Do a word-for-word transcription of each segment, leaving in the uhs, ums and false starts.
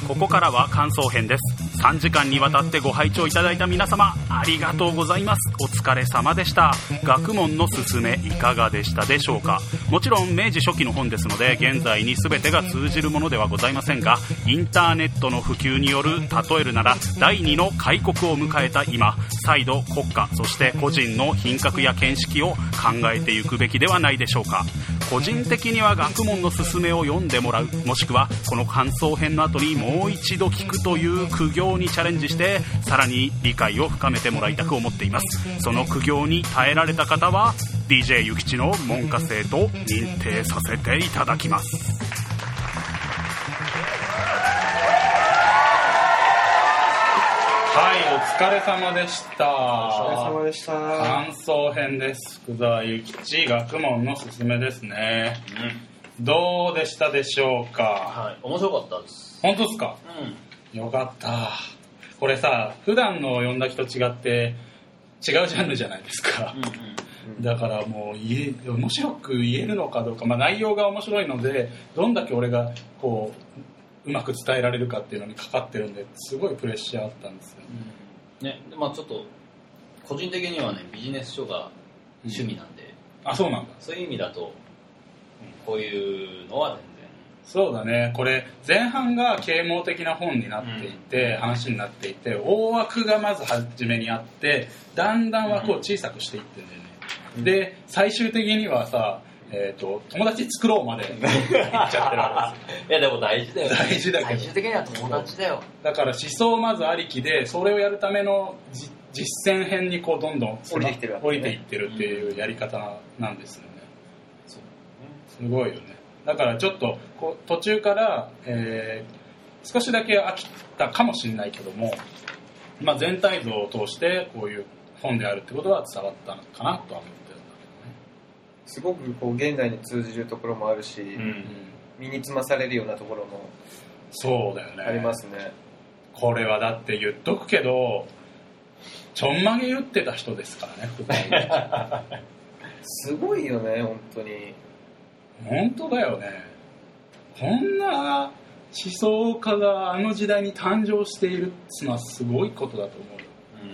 ここからは感想編です。さんじかんにわたってご拝聴いただいた皆様ありがとうございます。お疲れ様でした。学問のすすめいかがでしたでしょうか。もちろん明治初期の本ですので現在に全てが通じるものではございませんが、インターネットの普及による例えるならだいにの開国を迎えた今、再度国家そして個人の品格や見識を考えていくべきではないでしょうか。個人的には学問のすすめを読んでもらう、もしくはこの感想編の後にもう一度聞くという苦行にチャレンジしてさらに理解を深めてもらいたく思っています。その苦行に耐えられた方は ディージェー ゆきちの門下生と認定させていただきます。はい、お疲れ様でした。 お疲れ様でした。 感想編です。福沢諭吉学問のすすめですね、うん、どうでしたでしょうか。 はい、面白かったです。 本当ですか。うん、よかった。これさ、普段の読んだ人違って違うジャンルじゃないですか、うんうん、だからもう言え面白く言えるのかどうか、まあ、内容が面白いのでどんだけ俺がこううまく伝えられるかっていうのにかかってるんですごいプレッシャーあったんですよね、 うんね。まあ、ちょっと個人的にはねビジネス書が趣味なんで、 うん、あ、そうなんだ。 そういう意味だとこういうのは全然そうだね。これ前半が啓蒙的な本になっていて、うん、話になっていて大枠がまず初めにあってだんだん枠を小さくしていってるんだよね、うん、で最終的にはさえー、と友達作ろうまで行っちゃってるわけですよ。 いやでも大事だよ、ね、 大事だけど最終的には友達だよ。 だから思想まずありきでそれをやるための実践編にこうどんどん降りていってるわけ、ね、 降りていってるっていうやり方なんですよね、うん、そうね、すごいよね。だからちょっとこう途中から、えー、少しだけ飽きたかもしれないけども、まあ、全体像を通してこういう本であるってことは伝わったのかなとは思ってるんだけどね。 すごくこう現代に通じるところもあるし、うん、身につまされるようなところもそうだよね、 ありますね。 これはだって言っとくけどちょんまげ言ってた人ですからね。 すごいよね本当に。 本当だよね。こんな思想家があの時代に誕生しているってのはすごいことだと思うよ、うん。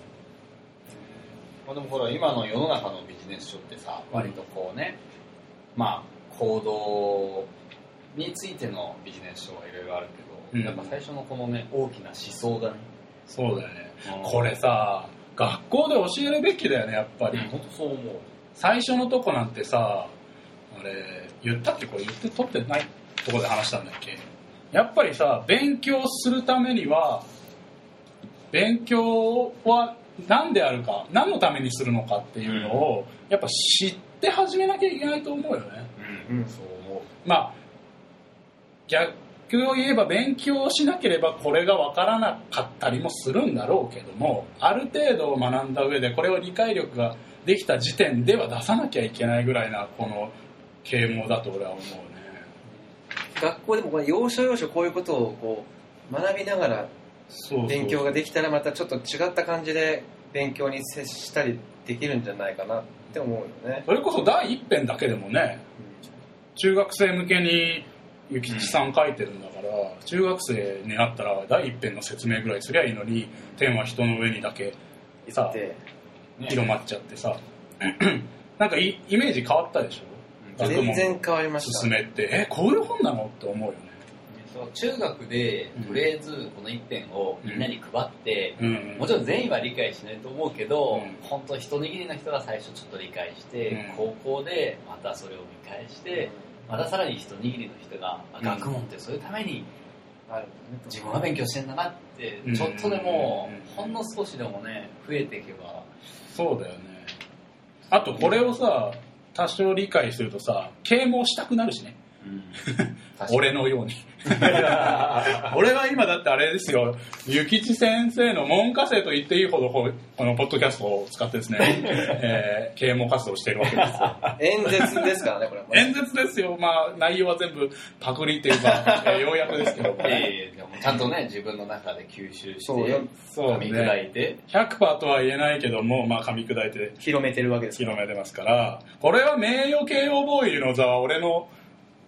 まあ、でもほら今の世の中のビジネス書ってさ割とこうね、うん、まあ行動についてのビジネス書はいろいろあるけど、うん、やっぱ最初のこのね大きな思想がね。 そうだよね、うん、これさ学校で教えるべきだよねやっぱり。 本当そう思う。 最初のとこなんてさあれ言ったっけ、これ言って取ってないとこで話したんだっけ。やっぱりさ勉強するためには勉強は何であるか何のためにするのかっていうのを、うん、やっぱ知って始めなきゃいけないと思うよね、 うんうん、そう思う。 まあ逆を言えば勉強しなければこれが分からなかったりもするんだろうけども、ある程度学んだ上でこれを理解力ができた時点では出さなきゃいけないぐらいなこの啓蒙だと俺は思うね。 学校でもこれ要所要所こういうことをこう学びながら勉強ができたらまたちょっと違った感じで勉強に接したりできるんじゃないかなって思うよね。 それこそ第一編だけでもね、うん、中学生向けに諭吉さん書いてるんだから、うん、中学生になったら第一編の説明ぐらいすりゃいいのに天は人の上にだけさ、ね、広まっちゃってさなんかイメージ変わったでしょ。 全然変わりました。 進めってえこういう本なのって思うよね。 そう中学でとりあえずこの一編をみんなに配って、うんうん、もちろん全員は理解しないと思うけど、うん、本当一握りの人が最初ちょっと理解して、うん、高校でまたそれを見返して、うん、またさらに一握りの人が、うん、学問ってそういうためにある、自分は勉強してんだなって、うん、ちょっとでも、うん、ほんの少しでもね増えていけば。 そうだよね。あとこれをさ多少理解するとさ啓蒙したくなるしね、うん、俺のように俺は今だってあれですよ、諭吉先生の門下生と言っていいほどこのポッドキャストを使ってですね、えー、啓蒙活動をしているわけですよ。 演説ですからねこれは。 演説ですよ。まあ内容は全部パクリっていうか、えー、要約ですけど、 えー、でもちゃんとね自分の中で吸収して噛み砕いて、ね、 ひゃくパーセント とは言えないけども、まあ、噛み砕いて広めてるわけです。 広めてますから、これは名誉慶応ボーイの座は俺の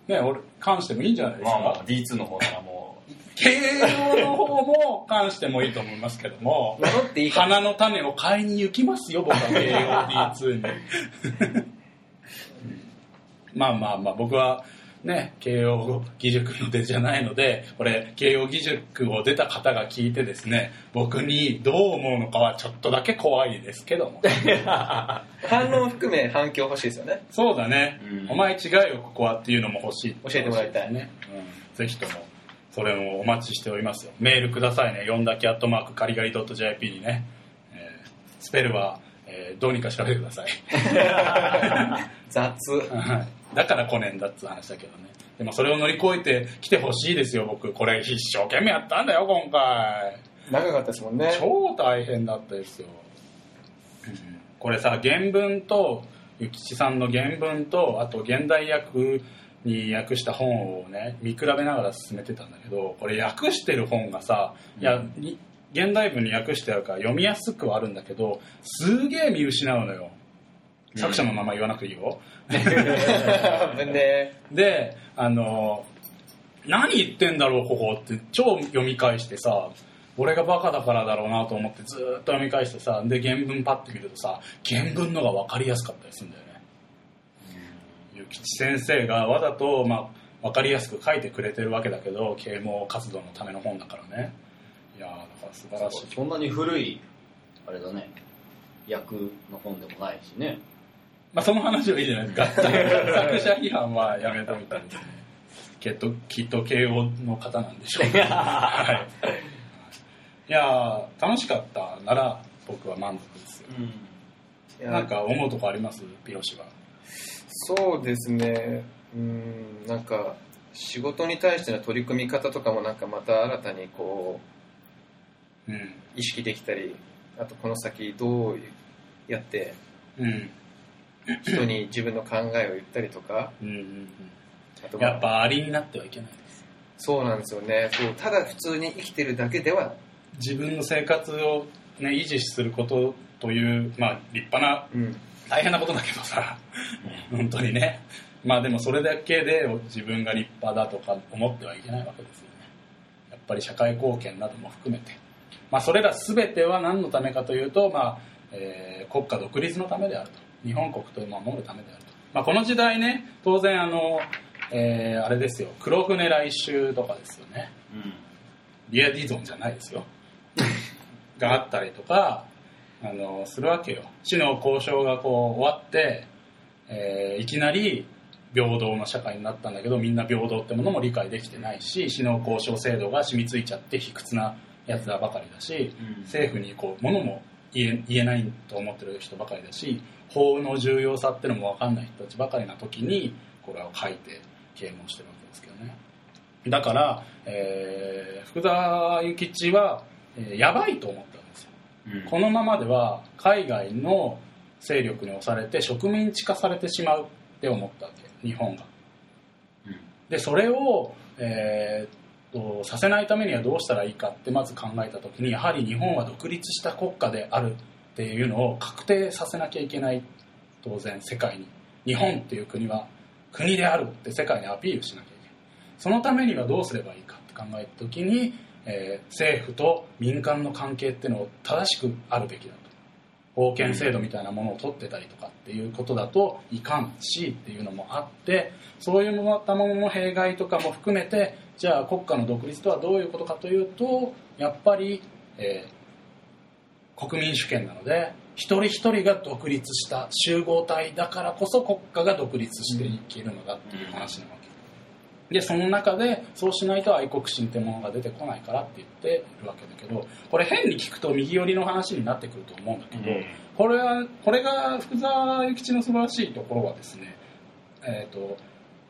ね、俺関してもいいんじゃないですか。 まあ、まあ ディーツー の方ならもう慶応の方も関してもいいと思いますけどもっていい花の種を買いに行きますよ僕は慶応 ディーツー にまあまあまあ僕はね慶応義塾の出じゃないのでこれ慶応義塾を出た方が聞いてですね僕にどう思うのかはちょっとだけ怖いですけども反応含め反響欲しいですよね。 そうだね、うん、お前違うよここはっていうのも欲しい教えてもらいたいね、うん、ぜひともそれをお待ちしておりますよ。メールくださいね。よんだけアットマークカリガリ .jp にね、えー、スペルは、えー、どうにか調べてください雑だから来ねえんだっつう話だけどね。でもそれを乗り越えて来てほしいですよ。僕これ一生懸命やったんだよ今回。 長かったですもんね。 超大変だったですよ、うん、これさ原文と諭吉さんの原文とあと現代訳に訳した本をね見比べながら進めてたんだけどこれ訳してる本がさ、うん、いや現代文に訳してあるから読みやすくはあるんだけどすげえ見失うのよ。作者の名前言わなくていいよ、うん、であの何言ってんだろうここって超読み返してさ俺がバカだからだろうなと思ってずーっと読み返してさで原文パッて見るとさ原文のが分かりやすかったりするんだよね。諭吉先生がわざと、まあ、分かりやすく書いてくれてるわけだけど啓蒙活動のための本だからね。いやだから素晴らしい。 そんなに古いあれだね訳の本でもないしね。 まあその話はいいじゃないですか作者批判はやめといたんですね。きっときっと慶応の方なんでしょう、はい、いや楽しかったなら僕は満足ですよ、うん、なんか思うとこありますピロシは。 そうですねうんなんか仕事に対しての取り組み方とかもなんかまた新たにこう、うん、意識できたりあとこの先どうやって、うん人に自分の考えを言ったりとかうんうん、うん、 あとやっぱありになってはいけないです。 そうなんですよね。そうただ普通に生きてるだけでは自分の生活を、ね、維持することという、まあ、立派な、うん、大変なことだけどさ本当にねまあでもそれだけで自分が立派だとか思ってはいけないわけですよね。やっぱり社会貢献なども含めて、まあ、それら全ては何のためかというと、まあえー、国家独立のためであると日本国と守るためであると、まあ、この時代ね当然あの、えー、あれですよ黒船来襲とかですよね、うん、リアディゾンじゃないですよがあったりとかあのするわけよ。死の交渉がこう終わって、えー、いきなり平等の社会になったんだけどみんな平等ってものも理解できてないし死の交渉制度が染みついちゃって卑屈なやつらばかりだし、うん、政府にこうものも言え、言えないと思ってる人ばかりだし法の重要さってのも分かんない人たちばかりな時にこれを書いて啓蒙してるわけですけどね。だから、えー、福沢諭吉は、えー、やばいと思ったんですよ、うん、このままでは海外の勢力に押されて植民地化されてしまうって思ったわけ日本が、うん、でそれを、えーとさせないためにはどうしたらいいかってまず考えた時にやはり日本は独立した国家であるっていうのを確定させなきゃいけない。当然世界に日本っていう国は国であるって世界にアピールしなきゃいけない。そのためにはどうすればいいかって考えた時に、えー、政府と民間の関係っていうのを正しくあるべきだと。封建制度みたいなものを取ってたりとかっていうことだといかんしっていうのもあってそういうものの弊害とかも含めてじゃあ国家の独立とはどういうことかというとやっぱり、えー、国民主権なので一人一人が独立した集合体だからこそ国家が独立していけるのだっていう話なわけでその中でそうしないと愛国心ってものが出てこないからって言ってるわけだけどこれ変に聞くと右寄りの話になってくると思うんだけど、うん、これはこれが福沢諭吉の素晴らしいところはですねえっと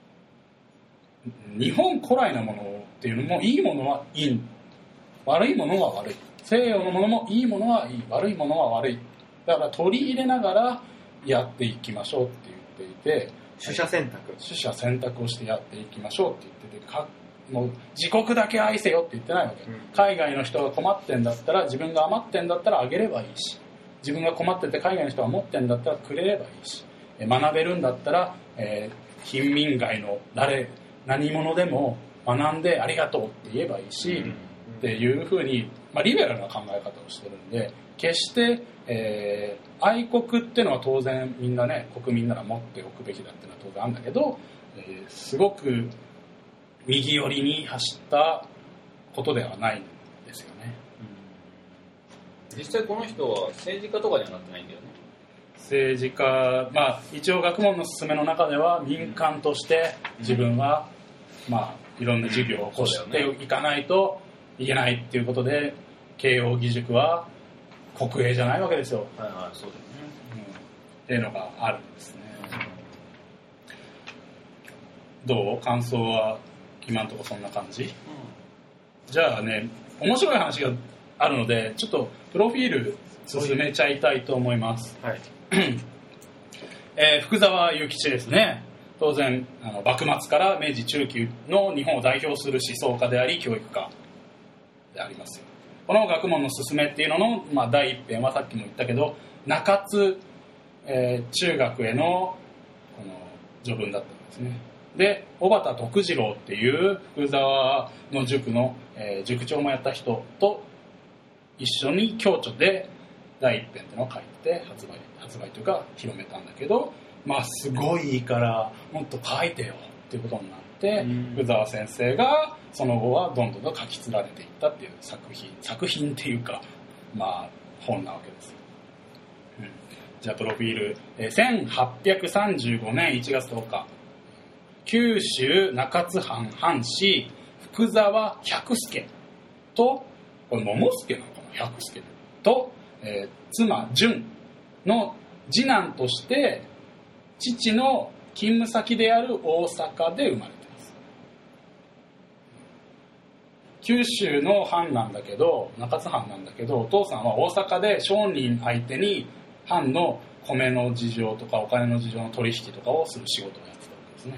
日本古来のものっていうのもいいものはいい悪いものは悪い西洋のものもいいものはいい悪いものは悪いだから取り入れながらやっていきましょうって言っていて取捨選択取捨選択をしてやっていきましょうって言っててかもう自国だけ愛せよって言ってないわけ、うん、海外の人が困ってんだったら自分が余ってんだったらあげればいいし自分が困ってて海外の人が持ってんだったらくれればいいし学べるんだったら、えー、貧民街の誰何者でも学んでありがとうって言えばいいし、うん、っていうふうに、まあ、リベラルな考え方をしてるんで、決して、えー、愛国っていうのは当然みんなね国民なら持っておくべきだっていうのは当然あるんだけど、えー、すごく右寄りに走ったことではないんですよね、 うん、実際この人は政治家とかにはなってないんだよね。 政治家、まあ一応学問の勧めの中では民間として自分は、まあいろんな授業を起こしていかないといけないっていうことで、慶應義塾は国営じゃないわけですよ。 はいはい、そうだよね、 うん、っていうのがあるんですね。どう？感想は今のところそんな感じ、うん、じゃあね、面白い話があるのでちょっとプロフィール進めちゃいたいと思います、はい。えー、福沢諭吉ですね。当然あの幕末から明治中期の日本を代表する思想家であり教育家でありますよ。この学問の勧めっていうのの、まあ、第一編はさっきも言ったけど中津、えー、中学へのこの序文だったんですね。で小畑徳次郎っていう福沢の塾の、えー、塾長もやった人と一緒に共著で第一編っていうのを書いて発売発売というか広めたんだけど、まあすごいいいからもっと書いてよっていうことになって、福沢先生がその後はどんどんと書き連ねていったっていう作品作品っていうかまあ本なわけです、うん、じゃあプロフィール、えー、せんはっぴゃくさんじゅうごねんいちがつとおか九州中津藩藩士福沢百助とこれ桃助なのかな百助と、えー、妻純の次男として父の勤務先である大阪で生まれています。九州の藩なんだけど中津藩なんだけどお父さんは大阪で商人相手に藩の米の事情とかお金の事情の取引とかをする仕事をやってたわけですね。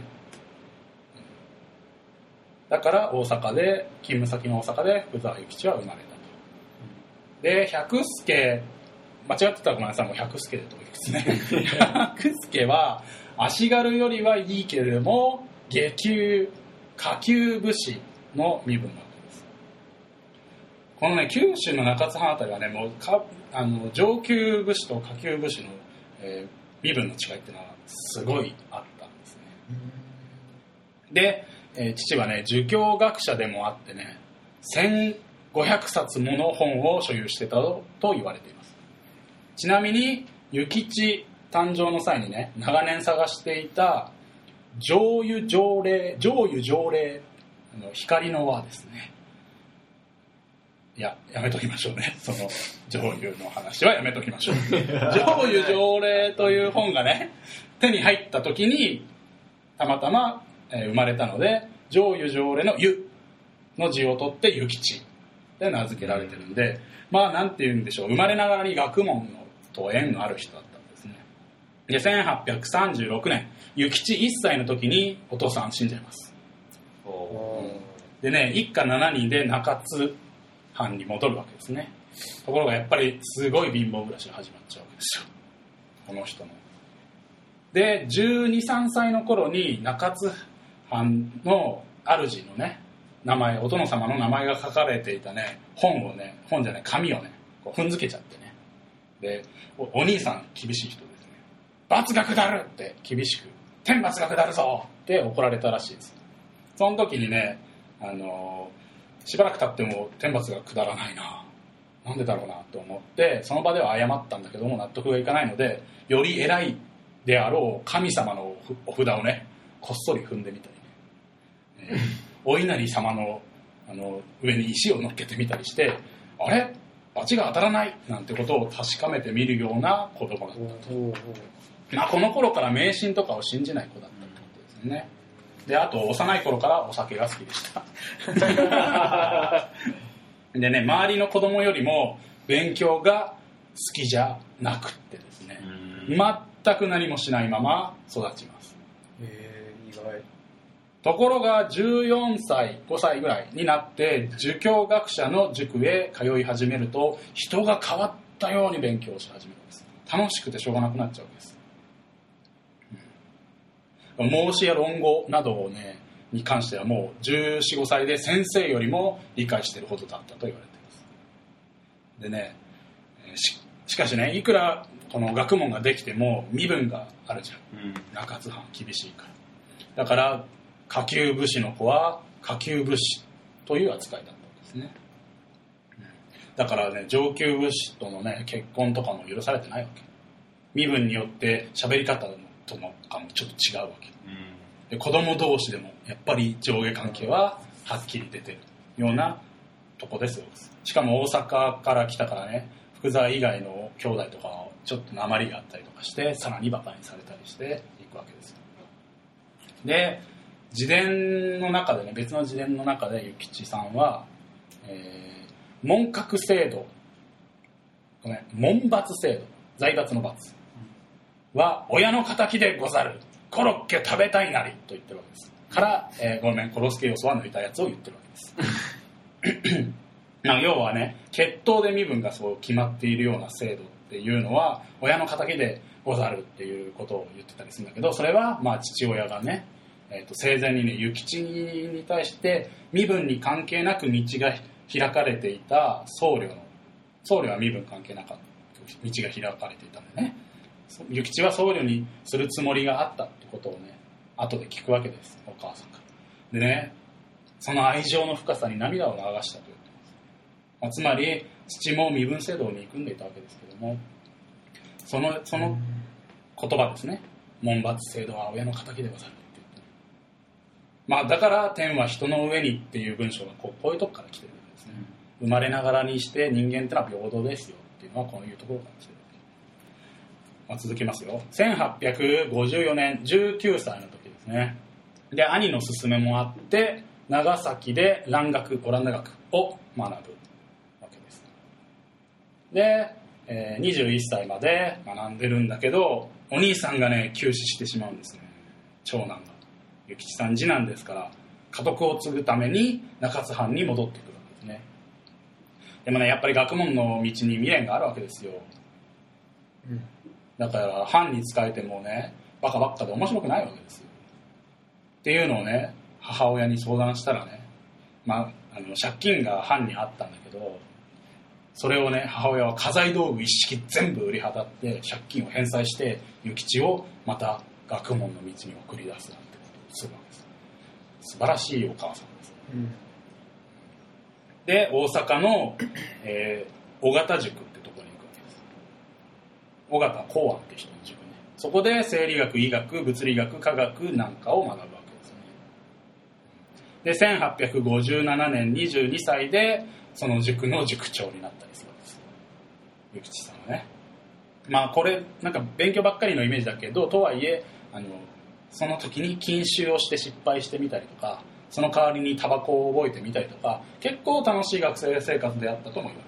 だから大阪で勤務先の大阪で福沢諭吉は生まれたと。で百助間違ってたらごめんなさい、もう百助でというですね百助は足軽よりはいいけれども下級下級武士の身分なわけです。このね九州の中津藩あたりはねもうかあの上級武士と下級武士の、えー、身分の違いっていうのはすごいあったんですね。で、えー、父はね儒教学者でもあってねせんごひゃくさつもの本を所有してたと言われています。ちなみに諭吉誕生の際にね長年探していた上湯条例上湯条例の光の輪ですね。いややめときましょうね、その上湯の話はやめときましょう上湯条例という本がね手に入った時にたまたま、えー、生まれたので上湯条例の湯の字を取って諭吉で名付けられてるんで、まあなんて言うんでしょう、生まれながらに学問のと縁のある人だったんですね。でせんはっぴゃくさんじゅうろくねん諭吉いっさいの時にお父さん死んじゃいます。お、うん、でね一家しちにんで中津藩に戻るわけですね。ところがやっぱりすごい貧乏暮らしが始まっちゃうわけですよ、この人の。でじゅうに、さんさいの頃に中津藩の主のね名前、お殿様の名前が書かれていたね本をね本じゃない紙をねこう踏んづけちゃってね、で お, お兄さん厳しい人ですね、罰が下るって厳しく天罰が下るぞって怒られたらしいです。その時にねあのしばらく経っても天罰が下らないな、なんでだろうなと思ってその場では謝ったんだけども納得がいかないのでより偉いであろう神様のお札をねこっそり踏んでみたりね、えーお稲荷様 の, あの上に石を乗っけてみたりしてあれ罰が当たらないなんてことを確かめてみるような子供だったと、まあ、この頃から迷信とかを信じない子だったってことですね。であと幼い頃からお酒が好きでしたでね周りの子供よりも勉強が好きじゃなくってですね全く何もしないまま育ちます。 へー、意外。 ところがじゅうよんさいごさいぐらいになって儒教学者の塾へ通い始めると人が変わったように勉強し始めるんです。楽しくてしょうがなくなっちゃうんです、うん、孟子や論語などをねに関してはもうじゅうよん、ごさいで先生よりも理解しているほどだったと言われています。でね、し, しかしね、いくらこの学問ができても身分があるじゃん、うん、中津藩厳しいから。だから下級武士の子は下級武士という扱いだったんですね。だからね、上級武士とのね結婚とかも許されてないわけ。身分によって喋り方とのかもちょっと違うわけ、うん、で子供同士でもやっぱり上下関係ははっきり出てるようなとこですよ。しかも大阪から来たからね、福沢以外の兄弟とかはちょっと訛りがあったりとかしてさらにバカにされたりしていくわけですよ。で自伝の中でね、別の自伝の中で諭吉さんは、えー、門格制度、ごめん、門罰制度、財閥の罰は親の敵でござる、コロッケ食べたいなりと言ってるわけですから、えー、ごめん、コロスケ要素は抜いたやつを言ってるわけです要はね、血統で身分がそう決まっているような制度っていうのは親の敵でござるっていうことを言ってたりするんだけど、それはまあ父親がね、えー、と生前にね諭吉に対して身分に関係なく道が開かれていた僧侶の、僧侶は身分関係なかった道が開かれていたんでね、諭吉は僧侶にするつもりがあったってことをね後で聞くわけです、お母さんが。でね、その愛情の深さに涙を流したと言ってます。つまり父も身分制度を憎んでいたわけですけども、そのその言葉ですね、門罰制度は親の敵でござるって言って、まあだから天は人の上にっていう文章がこうこういうとこから来てるんですね。生まれながらにして人間ってのは平等ですよっていうのはこういうところから来てる。まあ、続きますよ。せんはっぴゃくごじゅうよねん、じゅうきゅうさいの時ですね。で兄の勧めもあって長崎で蘭学、オランダ学を学ぶわけです。で、えー、にじゅういっさいまで学んでるんだけど、お兄さんがね急死してしまうんですね、長男が。諭吉さん次男ですから家督を継ぐために中津藩に戻ってくるわけですね。でもね、やっぱり学問の道に未練があるわけですよ、うん、だから藩に仕えてもねバカばっかで面白くないわけですよっていうのをね母親に相談したらね、まあ、あの借金が藩にあったんだけど、それをね母親は家財道具一式全部売り払って借金を返済して諭吉をまた学問の道に送り出すなんてことをするわけです。素晴らしいお母さんです、うん、で大阪の、えー、尾形塾ってところに行くわけです。尾形公安って人の塾ね。そこで生理学、医学、物理学、科学なんかを学ぶわけですね。でせんはっぴゃくごじゅうななねんにじゅうにさいでその塾の塾長になったりするんです諭吉さんはね。まあこれなんか勉強ばっかりのイメージだけど、とはいえあのその時に禁酒をして失敗してみたりとか、その代わりにタバコを覚えてみたりとか、結構楽しい学生生活であったとも言われて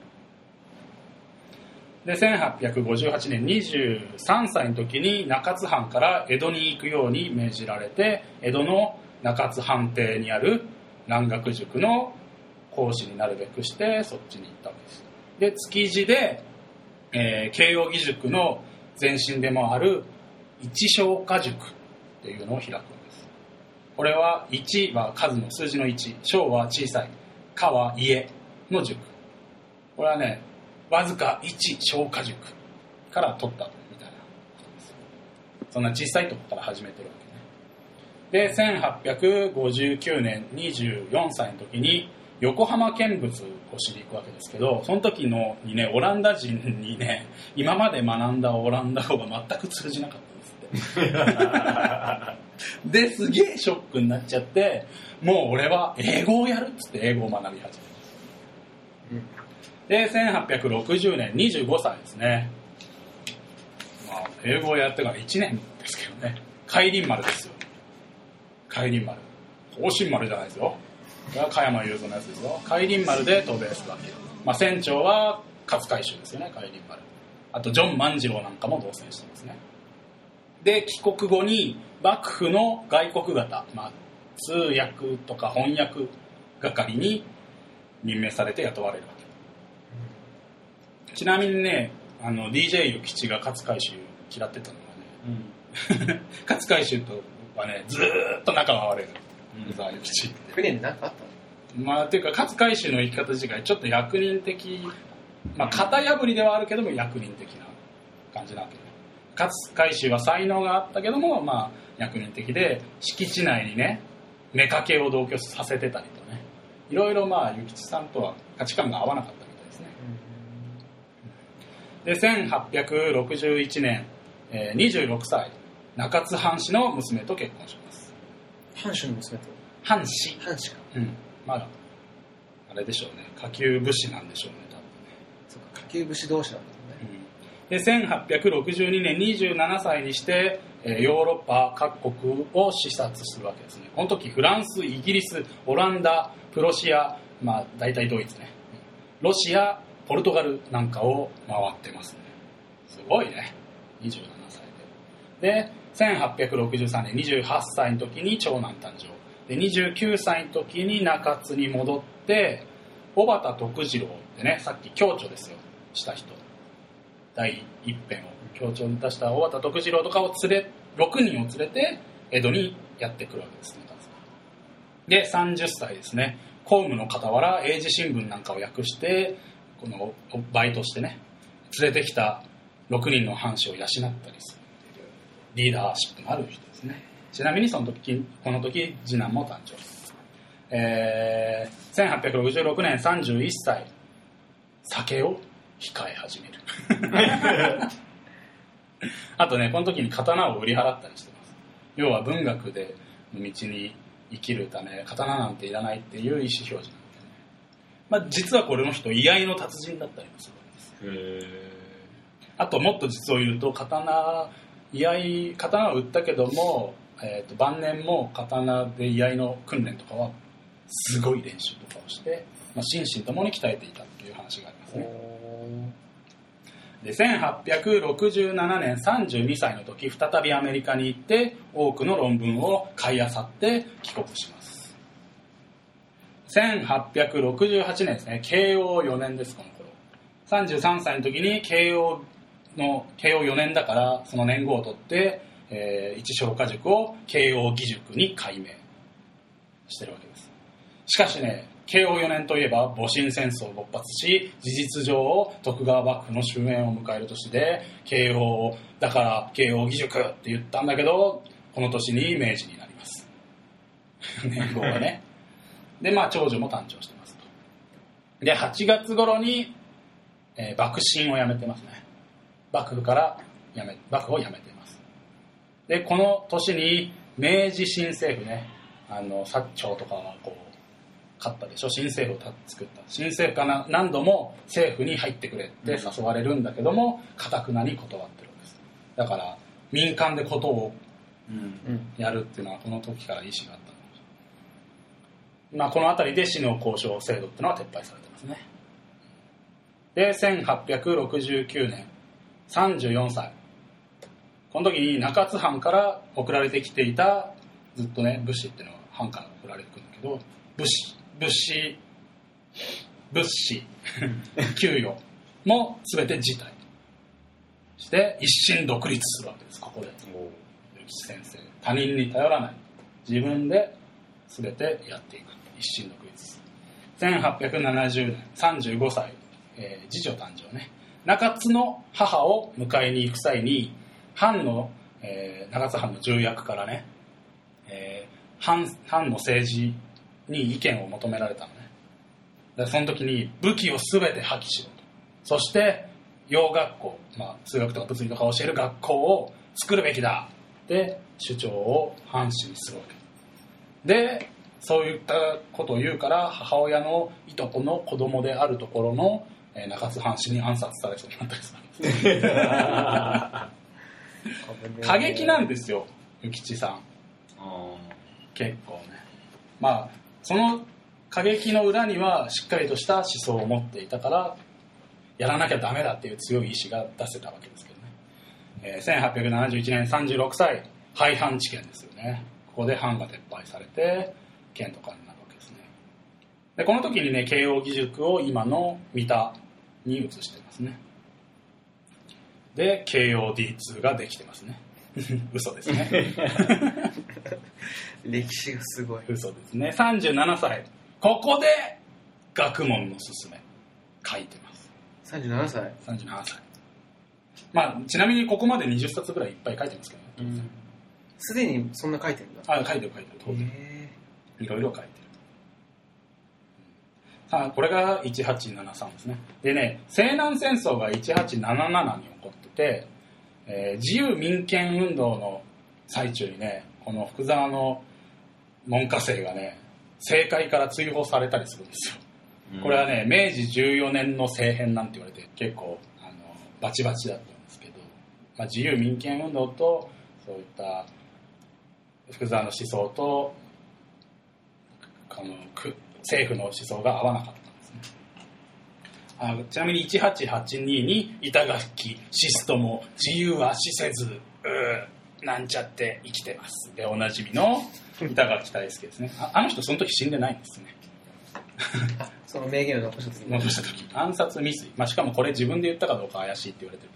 いる。でせんはっぴゃくごじゅうはちねんにじゅうさんさいの時に中津藩から江戸に行くように命じられて、江戸の中津藩邸にある蘭学塾の講師になるべくしてそっちに行ったわけです。で築地で、えー、慶應義塾の前身でもある一松下塾っていうのを開くんです。これはいちは数の数字のいち、小は小さい、下は家の塾。これはねわずかいち松下塾から取ったみたいなことです。そんな小さいとこから始めてるわけね。でせんはっぴゃくごじゅうきゅうねんにじゅうよんさいの時に横浜見物をしに行くわけですけど、その時のにねオランダ人にね今まで学んだオランダ語が全く通じなかったんですってですげえショックになっちゃって、もう俺は英語をやるっつって英語を学び始めます、うん、でせんはっぴゃくろくじゅうねんにじゅうごさいですね、まあ、英語をやってからいちねんですけどね、海林丸ですよ。海林丸、方針丸じゃないですよ、これは加山雄三のやつですよ。海林丸で渡米するわけ、まあ、船長は勝海舟ですよね、海林丸。あとジョン万次郎なんかも同船してますね。で帰国後に幕府の外国方、まあ、通訳とか翻訳係に任命されて雇われるわけ。ちなみにね、あの ディージェー 諭吉が勝海舟嫌ってたのはね、うん、勝海舟とはねずーっと仲が悪いの。 湯沢諭吉って。 船に何かあったの？まあっていうか勝海舟の生き方自体ちょっと役人的、まあ型破りではあるけども役人的な感じなわけで、勝海舟は才能があったけどもまあ役人的で、敷地内にね妾を同居させてたりとね、いろいろまあ諭吉さんとは価値観が合わなかったみたいですね。でせんはっぴゃくろくじゅういちねん、えー、にじゅうろくさい中津藩士の娘と結婚します。 藩主の娘と藩士藩士か、 うんまああれでしょうね、下級武士なんでしょうね多分ね。 そうか、下級武士同士なんだね、 うん、でせんはっぴゃくろくじゅうにねんにじゅうななさいにして、えー、ヨーロッパ各国を視察するわけですね。この時フランス、イギリス、オランダ、プロシア、まあ大体ドイツね、ロシア、ポルトガルなんかを回ってますね。すごいね、にじゅうななさいで。でせんはっぴゃくろくじゅうさんねんにじゅうはっさいの時に長男誕生で、にじゅうきゅうさいの時に中津に戻って、小畑徳次郎ってね、さっき共著ですよした人、第一編を共著に出した小畑徳次郎とかを連れろくにんを連れて江戸にやってくるわけですね。でさんじゅっさいですね、公務の傍ら英字新聞なんかを訳してこのバイトしてね、連れてきたろくにんの藩士を養ったりするリーダーシップのある人ですね。ちなみにその時この時次男も誕生、えー、せんはっぴゃくろくじゅうろくねんさんじゅういっさい酒を控え始めるあとね、この時に刀を売り払ったりしてます。要は文学での道に生きるため刀なんていらないっていう意思表示なんで、ね、まあ、実はこれの人居合の達人だったりもするわけです。へー。あともっと実を言うと刀居合刀を売ったけども、えー、と晩年も刀で居合の訓練とかはすごい練習とかをして、まあ、心身ともに鍛えていたっていう話がありますね。でせんはっぴゃくろくじゅうななねんさんじゅうにさいの時再びアメリカに行って多くの論文を買い漁って帰国します。せんはっぴゃくろくじゅうはちねんですね、慶応よねんです。この頃さんじゅうさんさいの時に慶応の慶応よねんだからその年号を取って、えー、一松下塾を慶応義塾に改名してるわけです。しかしね、慶応よねんといえば戊辰戦争勃発し、事実上徳川幕府の終焉を迎える年で、慶応だから慶応義塾って言ったんだけど、この年に明治になります年号がねでまあ長女も誕生してますと。ではちがつ頃に、えー、幕臣を辞めてますね。幕府から辞め幕府を辞めています。でこの年に明治新政府ね、あの薩長とかがこう勝ったでしょ、新政府を作った。新政府から何度も政府に入ってくれって誘われるんだけども堅くなに断ってるんです。だから民間でことをやるっていうのはこの時から意思があったの、まあ、この辺りで士農工商制度っていうのは撤廃されてますね。でせんはっぴゃくろくじゅうきゅうねんさんじゅうよんさい、この時に中津藩から送られてきていたずっとね物資っていうのは藩から送られてくるんだけど、物資物資物資給与も全て辞退して一心独立するわけです。ここで諭吉先生、他人に頼らない、自分で全てやっていく一心独立。せんはっぴゃくななじゅうねんさんじゅうごさい、えー、次女誕生ね。中津の母を迎えに行く際に藩の、えー、中津藩の重役からね、えー、藩, 藩の政治に意見を求められたのね。でその時に武器を全て破棄しろと、そして洋学校、まあ、数学とか物理とか教える学校を作るべきだって主張を藩士にするわけで、そういったことを言うから母親のいとこの子供であるところの中津藩士に暗殺されそうになったりするんです過激なんですよ諭吉さん。結構ね、まあその過激の裏にはしっかりとした思想を持っていたからやらなきゃダメだっていう強い意志が出せたわけですけどね、えー、せんはっぴゃくななじゅういちねんさんじゅうろくさい廃藩置県ですよね。ここで藩が撤廃されて県とかになるわけですね。でこの時にね慶応義塾を今の三田に移してますね。で慶応 ディーツー ができてますね嘘ですね歴史がすごい。 嘘ですね。さんじゅうななさい、ここで学問のすすめ書いてます。 さんじゅうななさい。 さんじゅうななさい。まあちなみにここまでにじゅっさつぐらいいっぱい書いてますけどね。 すで、うん、にそんな書いてるんだ。 あ、書いてる書いてる。当然。いろいろ書いてる。さあこれがいちはちななさんですね。でね、西南戦争がいちはちなななに起こってて、えー、自由民権運動の最中にね、この福沢の門下生がね、政界から追放されたりするんですよ。うん、これはね、めいじじゅうよねんの政変なんて言われて結構あのバチバチだったんですけど、まあ、自由民権運動とそういった福沢の思想とこの政府の思想が合わなかったんですね。あ、ちなみにいちはちはちにに板垣シストも自由は死せずうなんちゃって生きてますでおなじみの板垣大輔ですね。 あ, あの人その時死んでないんですね。 その名言を残した時残した時暗殺未遂、まあ、しかもこれ自分で言ったかどうか怪しいって言われてる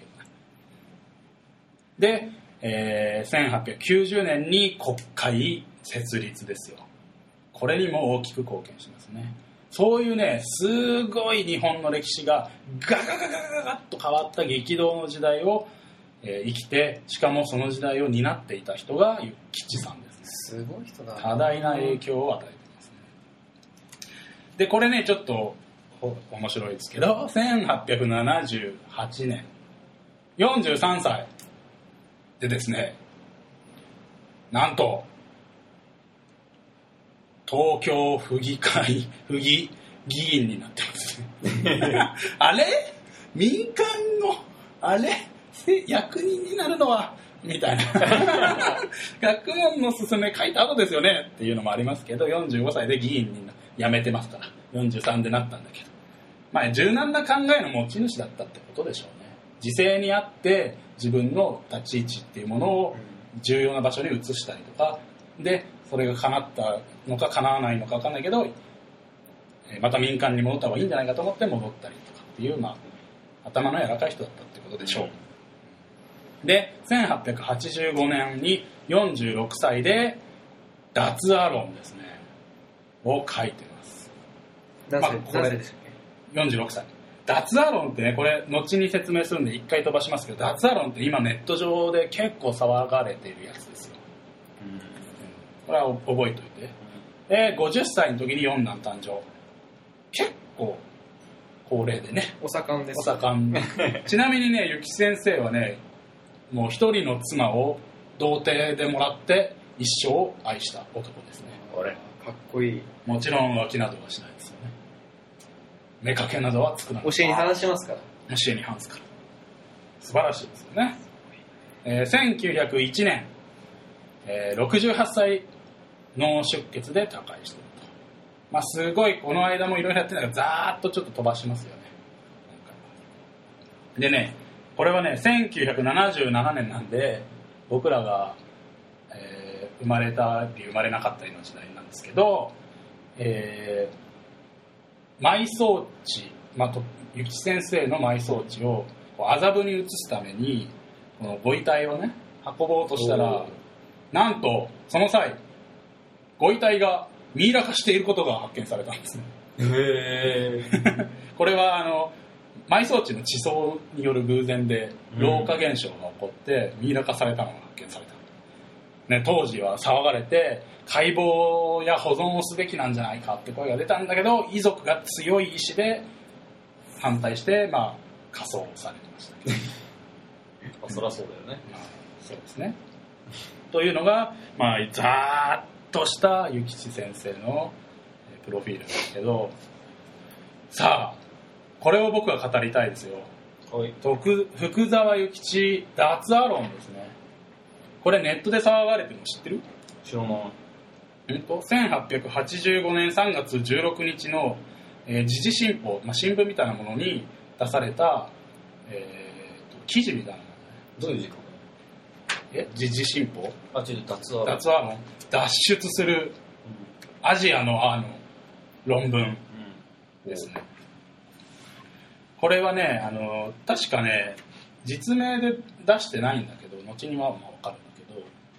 けどね。で、えー、せんはっぴゃくきゅうじゅうねんに国会設立ですよ。これにも大きく貢献しますね。そういうね、すごい日本の歴史がガガガガガガッと変わった激動の時代を、えー、生きて、しかもその時代を担っていた人が諭吉さんですね。 すごい人だ。 多大な影響を与えてますね。で、これね、ちょっと面白いですけど、せんはっぴゃくななじゅうはちねん、よんじゅうさんさいでですね、なんと東京府議会府議議員になってますあれ民間のあれ役人になるのはみたいな学問の勧め書いた後ですよねっていうのもありますけど、よんじゅうごさいで議員に辞めてますからよんじゅうさんでなったんだけど、まあ柔軟な考えの持ち主だったってことでしょうね。時勢にあって自分の立ち位置っていうものを重要な場所に移したりとかで、それが叶ったのか叶わないのか分かんないけど、また民間に戻った方がいいんじゃないかと思って戻ったりとかっていう、まあ、頭の柔らかい人だったってことでしょう。で、せんはっぴゃくはちじゅうごねんによんじゅうろくさいで脱ア論ですねを書いてます。 何歳、まあ、何歳でしたっけ？よんじゅうろくさい。脱ア論ってね、これ後に説明するんで一回飛ばしますけど、脱ア論って今ネット上で結構騒がれているやつですよ。これは覚えておいて。で、ごじゅっさいの時に四男誕生。結構高齢でね。 お盛んです。 お盛ん。ちなみにね、諭吉先生はね、もう一人の妻を童貞でもらって一生愛した男ですね。 これかっこいい。もちろん浮気などはしないですよね。妾などは作らない。 教えに反しますから。 教えに反すから。素晴らしいですよね。えー、せんきゅうひゃくいちねん、えー、ろくじゅうはっさい脳出血で他界していると。まあすごいこの間もいろいろやってるんだけど、ざーっとちょっと飛ばしますよね。でね、これはねせんきゅうひゃくななじゅうななねんなんで、僕らが、えー、生まれたり生まれなかったりの時代なんですけど、えー、埋葬地、まあ、諭吉先生の埋葬地を麻布に移すためにこのご遺体をね運ぼうとしたら、なんとその際ご遺体がミイラ化していることが発見されたんですね。 へーこれはあの埋葬地の地層による偶然で老化現象が起こってミイラ化されたのが発見された、ね、当時は騒がれて解剖や保存をすべきなんじゃないかって声が出たんだけど、遺族が強い意志で反対して、まあ、火葬されてましたけどそりゃそうだよね、 まあ、そうですねというのが、まあ、ざーっとした諭吉先生のプロフィールですけど、さあこれを僕は語りたいですよ。 はい、 徳福沢諭吉脱ア論ですね。これネットで騒がれてるの知ってる？ 知らない。 せんはっぴゃくはちじゅうごねんさんがつじゅうろくにちの、えー、時事新報、まあ、新聞みたいなものに出された、えー、と記事みたいな。 どういう字かえ時事新報？ あ、ちょっと脱ア論。 脱ア論。脱出するアジアのアの論文ですね。うん、これはね、あの確かね実名で出してないんだけど、後にはまあ分かるんだけど、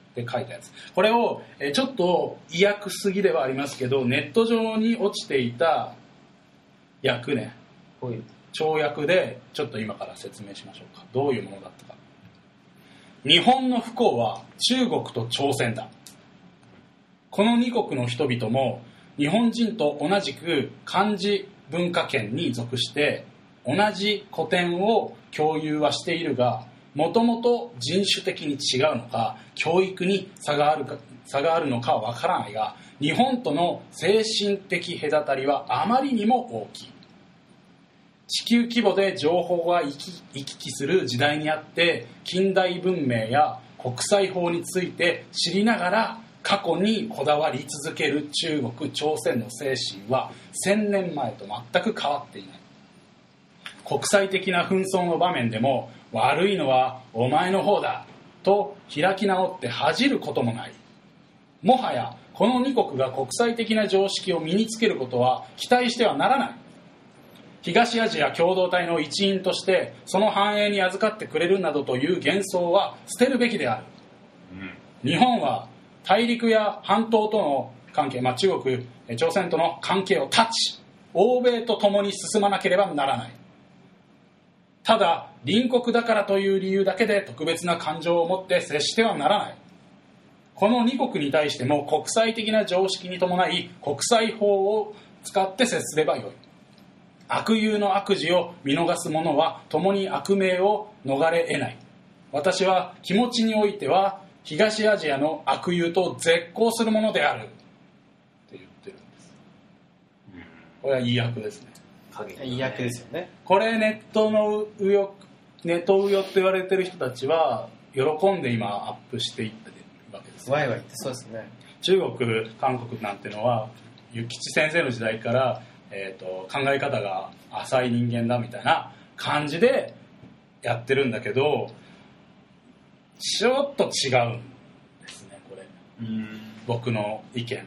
って書いたやつ。これを、えー、ちょっと意訳すぎではありますけど、ネット上に落ちていた訳ね、跳躍でちょっと今から説明しましょうか。どういうものだったか。日本の不幸は中国と朝鮮だ。このに国の人々も日本人と同じく漢字文化圏に属して同じ古典を共有はしているが、もともと人種的に違うのか教育に差があるか差があるのかはわからないが、日本との精神的隔たりはあまりにも大きい。地球規模で情報が行き行き来する時代にあって、近代文明や国際法について知りながら過去にこだわり続ける中国朝鮮の精神はせんねんまえと全く変わっていない。国際的な紛争の場面でも悪いのはお前の方だと開き直って恥じることもない。もはやこのに国が国際的な常識を身につけることは期待してはならない。東アジア共同体の一員としてその繁栄に預かってくれるなどという幻想は捨てるべきである、うん、日本は大陸や半島との関係、まあ、中国朝鮮との関係を断ち、欧米と共に進まなければならない。ただ隣国だからという理由だけで特別な感情を持って接してはならない。このに国に対しても国際的な常識に伴い国際法を使って接すればよい。悪友の悪事を見逃す者は共に悪名を逃れ得ない。私は気持ちにおいては東アジアの悪友と絶交するものであるって言ってるんです。これは意訳ですね。 意訳ですよね。 これネットの右翼、ネット右翼と言われてる人たちは喜んで今アップしていってるわけです、ね。 ワイワイってそうですね。 中国、韓国なんてのは諭吉先生の時代からえー、と考え方が浅い人間だみたいな感じでやってるんだけど、ちょっと違うんですねこれ。うん、僕の意見という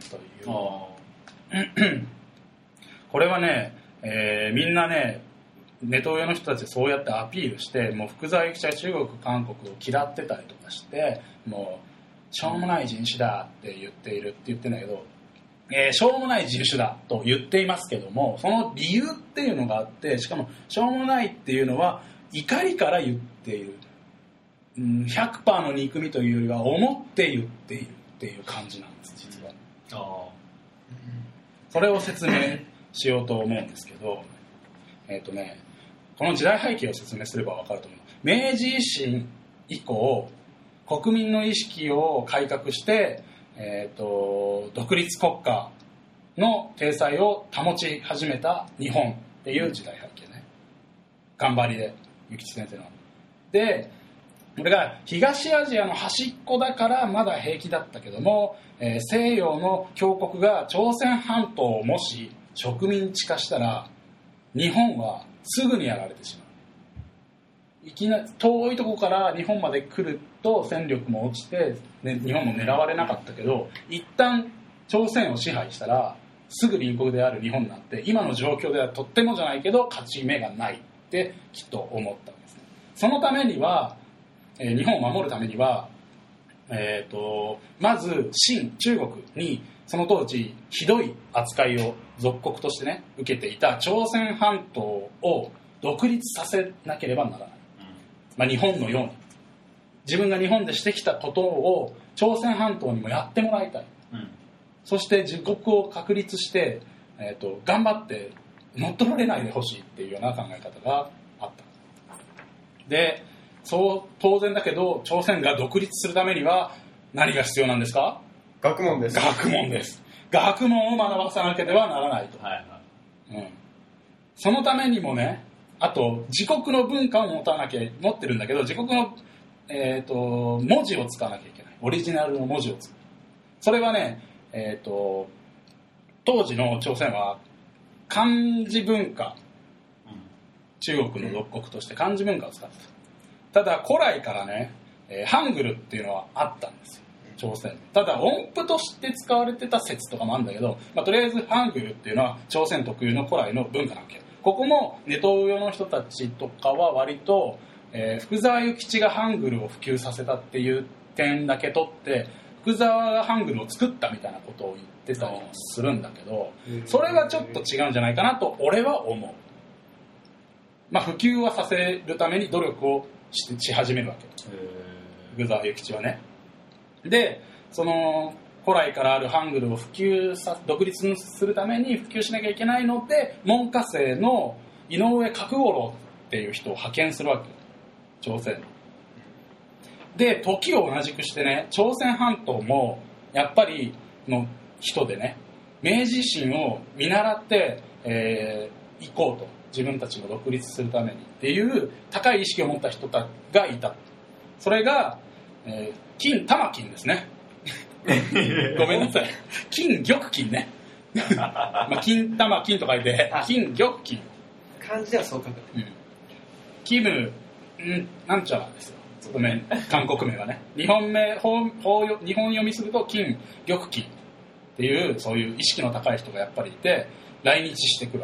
これはね、えー、みんなねネトウヨの人たちそうやってアピールして、もう福沢諭吉は中国韓国を嫌ってたりとかして、もうしょうもない人種だって言っているって言ってんだけど、えー、しょうもない人種だと言っていますけども、その理由っていうのがあって、しかもしょうもないっていうのは怒りから言っている、うん、ひゃくパーセント の憎みというよりは思って言っているっていう感じなんです実は。あ、それを説明しようと思うんですけど、えっとねこの時代背景を説明すれば分かると思う。明治維新以降国民の意識を改革してえー、と独立国家の体裁を保ち始めた日本っていう時代背景ね。頑張りで諭吉先生ので、これが東アジアの端っこだからまだ平気だったけども、えー、西洋の強国が朝鮮半島をもし植民地化したら日本はすぐにやられてしまう。いきなり遠いとこから日本まで来ると戦力も落ちて、ね、日本も狙われなかったけど、一旦朝鮮を支配したらすぐ隣国である日本なんて今の状況ではとってもじゃないけど勝ち目がないってきっと思ったんです。そのためには、えー、日本を守るためには、えー、とまず清中国にその当時ひどい扱いを属国としてね受けていた朝鮮半島を独立させなければならない。まあ、日本のように自分が日本でしてきたことを朝鮮半島にもやってもらいたい、うん、そして自国を確立して、えー、と頑張って乗っ取られないでほしいっていうような考え方があった。でそう当然だけど朝鮮が独立するためには何が必要なんですか？ 学問です。 学問です。学問を学ばさなければならないと、はいはい、うん、そのためにもね、あと自国の文化を持たなきゃ持ってるんだけど自国の、えー、と文字を使わなきゃいけない。オリジナルの文字を使う。それはね、えー、と当時の朝鮮は漢字文化、中国の属国として漢字文化を使った。ただ古来からね、えー、ハングルっていうのはあったんですよ朝鮮。ただ音符として使われてた説とかもあるんだけど、まあ、とりあえずハングルっていうのは朝鮮特有の古来の文化なわけ。ここもネトウヨの人たちとかは割と、えー、福沢諭吉がハングルを普及させたっていう点だけ取って福沢がハングルを作ったみたいなことを言ってたりもするんだけど、それがちょっと違うんじゃないかなと俺は思う。まあ普及はさせるために努力をし、し始めるわけ。福沢諭吉はね。で、その古来からあるハングルを普及さ、独立するために普及しなきゃいけないので、門下生の井上角五郎っていう人を派遣するわけ。朝鮮に。で、時を同じくしてね、朝鮮半島もやっぱりの人でね、明治維新を見習って、えー、行こうと、自分たちも独立するためにっていう高い意識を持った人がいた。それが、えー、金玉金ですね。ごめんなさい。金玉金ね。まあ、金玉金と書いて金玉金。 漢字ではそう書く。 うん、キムんなんちゃらですよ。ごめん、韓国名はね。日本名、法法日本読みすると金玉金っていうそういう意識の高い人がやっぱりいて来日してくるわ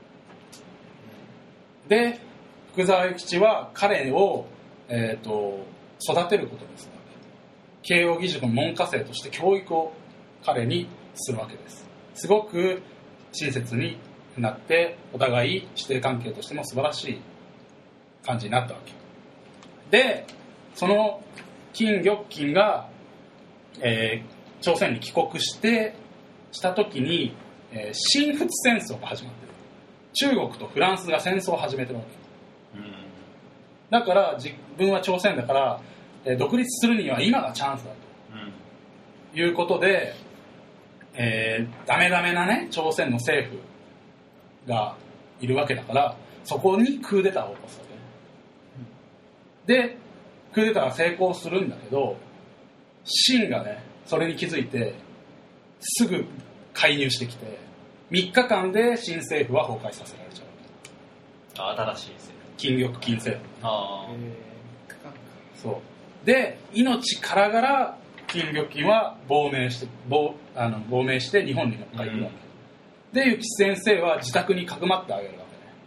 け。で、福沢諭吉は彼を、えー、と育てることです。慶應義塾の門下生として教育を彼にするわけです。すごく親切になってお互い師弟関係としても素晴らしい感じになったわけで、その金玉金が、えー、朝鮮に帰国してした時に、えー、新仏戦争が始まってる。中国とフランスが戦争を始めてるわけ、うん、だから自分は朝鮮だから独立するには今がチャンスだと、うん、いうことで、えー、ダメダメなね朝鮮の政府がいるわけだからそこにクーデターを起こすわけ、うん、でクーデターが成功するんだけど清がねそれに気づいてすぐ介入してきてみっかかんで新政府は崩壊させられちゃう。 あ、新しい政府、 金玉金政府。 ああ、 そうで命からがら金玉金は亡命して亡あの亡命して日本にもう一回行くわけ、うん、で諭吉先生は自宅にかくまってあげるわ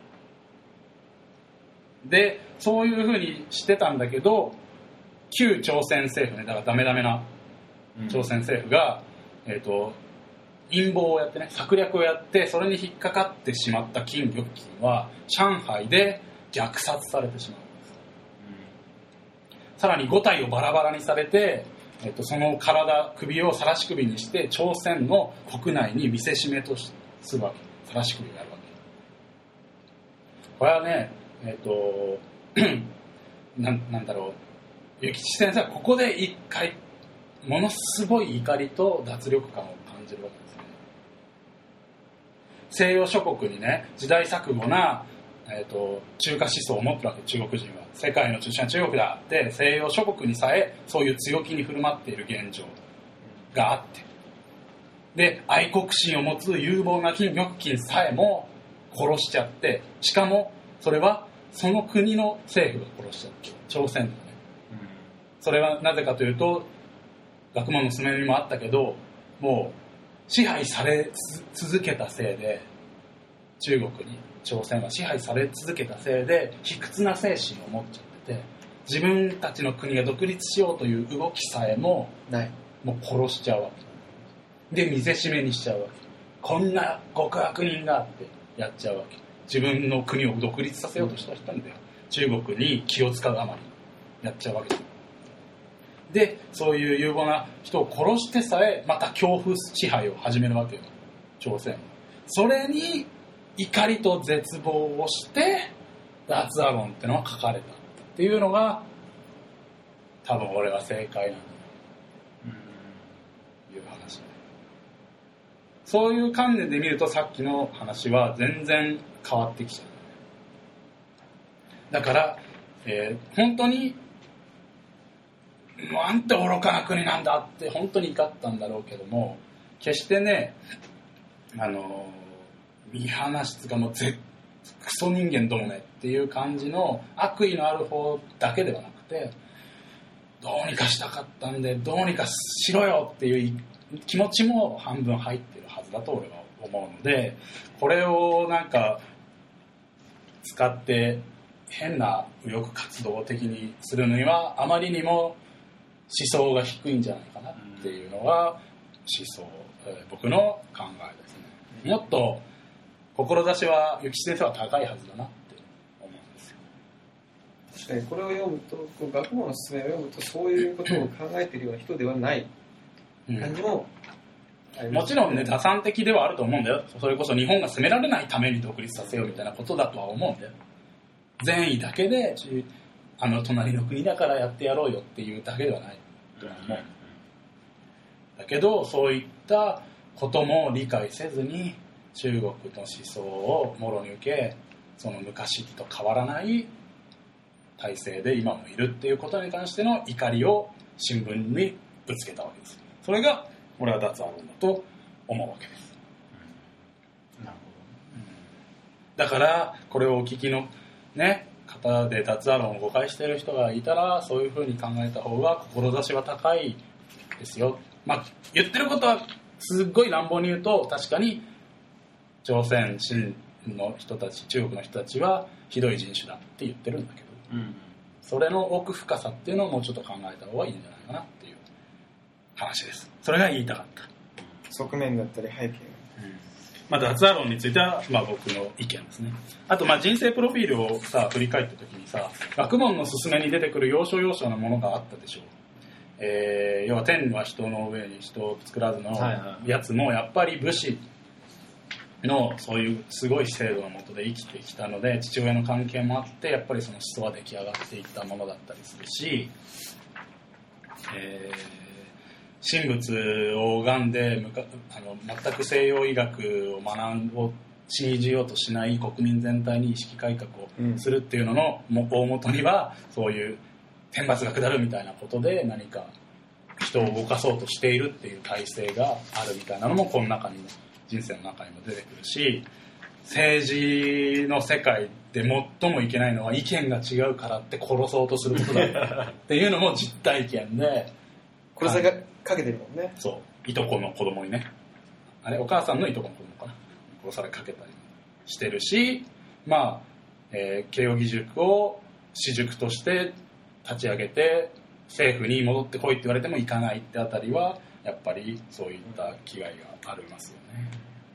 けね。でそういう風にしてたんだけど旧朝鮮政府ね、だからダメダメな朝鮮政府が、うん、えーと陰謀をやってね策略をやってそれに引っかかってしまった金玉金は上海で虐殺されてしまう。さらにご体をバラバラにされて、えっと、その体首を晒し首にして朝鮮の国内に見せしめとするわけ。晒し首をやるわけ。これはねえっとな, なんだろう諭吉先生はここで一回ものすごい怒りと脱力感を感じるわけですね。西洋諸国にね時代錯誤なえー、と中華思想を持ってるわけ。中国人は世界の中心は中国だって西洋諸国にさえそういう強気に振る舞っている現状があってで愛国心を持つ有望な金玉金さえも殺しちゃってしかもそれはその国の政府が殺しちゃって朝鮮のね、うん、それはなぜかというと学問の勧めにもあったけどもう支配され続けたせいで中国に朝鮮は支配され続けたせいで卑屈な精神を持っちゃってて自分たちの国が独立しようという動きさえもないもう殺しちゃうわけで見せしめにしちゃうわけ。こんな極悪人がってやっちゃうわけ。自分の国を独立させようとした人なんだよ。中国に気を使うあまりやっちゃうわけでそういう有望な人を殺してさえまた恐怖支配を始めるわけよ朝鮮。それに怒りと絶望をして脱アゴンってのは書かれたっていうのが多分俺は正解なんだという話で、そういう観念で見るとさっきの話は全然変わってきちゃう。だから、えー、本当になんて愚かな国なんだって本当に怒ったんだろうけども決してねあの見放しつかもうぜクソ人間どもめっていう感じの悪意のある方だけではなくてどうにかしたかったんでどうにかしろよっていう気持ちも半分入ってるはずだと俺は思うのでこれをなんか使って変な右翼活動的にするにはあまりにも想が低いんじゃないかなっていうのが思想、えー、僕の考えですね。もっと志は諭吉先生は高いはずだなって思うんですよ。 確かにこれを読むと、こう学問の勧めを読むとそういうことを考えているような人ではない感じもあります、ね、うん、もちろんね打算的ではあると思うんだよ。それこそ日本が攻められないために独立させようみたいなことだとは思うんだよ。善意だけであの隣の国だからやってやろうよっていうだけではないと思う。だけどそういったことも理解せずに中国の思想をもろに受け、その昔と変わらない体制で今もいるっていうことに関しての怒りを新聞にぶつけたわけです。それが俺は脱アロンだと思うわけです、うん、なるほど、うん、だからこれをお聞きのね方で脱アロンを誤解している人がいたら、そういうふうに考えた方が志は高いですよ。まあ言ってることはすっごい乱暴に言うと、確かに朝鮮清の人たち、中国の人たちはひどい人種だって言ってるんだけど、うん、それの奥深さっていうのをもうちょっと考えた方がいいんじゃないかなっていう話です。それが言いたかった。 側面だったり背景、うん、 まあ、脱アロンについては、まあ、僕の意見ですね。あと、まあ、人生プロフィールをさ振り返った時にさ、学問の勧めに出てくる要所要所のものがあったでしょう。えー、要は天は人の上に人を作らずのやつもやっぱり武士のそういうすごい制度の下で生きてきたので、父親の関係もあってやっぱりその思想は出来上がっていったものだったりするし、えー、神仏を拝んでむかあの全く西洋医学を学んを信じようとしない国民全体に意識改革をするっていうのの大元には、そういう天罰が下るみたいなことで何か人を動かそうとしているっていう体制があるみたいなのもこの中にも人生の中にも出てくるし、政治の世界で最もいけないのは意見が違うからって殺そうとすることだっていうのも実体験で、 殺されかけてるもんね。 そういとこの子供にね、あれお母さんのいとこの子供かな、殺されかけたりしてるし、まあ、えー、慶應義塾を私塾として立ち上げて政府に戻ってこいって言われても行かないってあたりはやっぱりそういった気概がありますよね、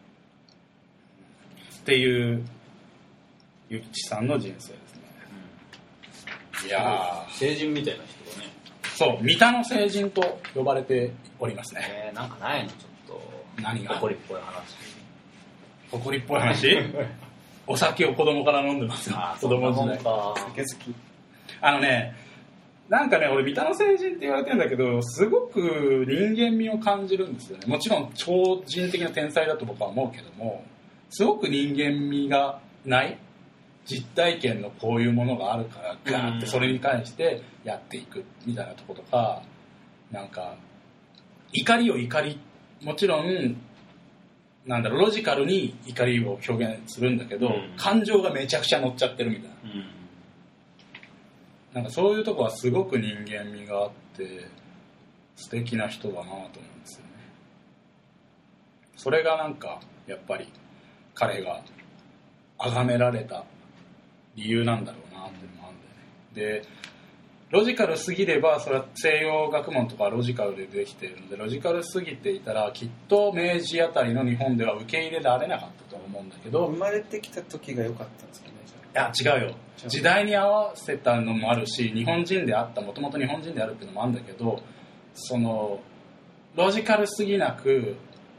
うん、っていう諭吉さんの人生ですね、うん、いやー聖人みたいな人がね、 そう三田の聖人と呼ばれておりますね。 えー、なんかないのちょっと何が誇りっぽい話誇りっぽい話お酒を子供から飲んでますよ。子供時代酒好き。あのね、なんかね、俺三田の聖人って言われてるんだけど、すごく人間味を感じるんですよね。もちろん超人的な天才だと僕は思うけども、すごく人間味がない実体験のこういうものがあるからガーってそれに関してやっていくみたいなとことか、なんか怒りを怒り、もちろんなんだろう、ロジカルに怒りを表現するんだけど、うん、感情がめちゃくちゃ乗っちゃってるみたいな、うん、なんかそういうとこはすごく人間味があって素敵な人だなと思うんですよね。それがなんかやっぱり彼が崇められた理由なんだろうなっていうのもあるんだよね。でロジカルすぎればそれは西洋学問とかロジカルでできているので、ロジカルすぎていたらきっと明治あたりの日本では受け入れられなかったと思うんだけど、 生まれてきた時が良かったんですかね。 いや違うよ、時代に合わせたのもあるし、日本人であった、もともと日本人であるっていうのもあるんだけど、そのロジカルすぎなく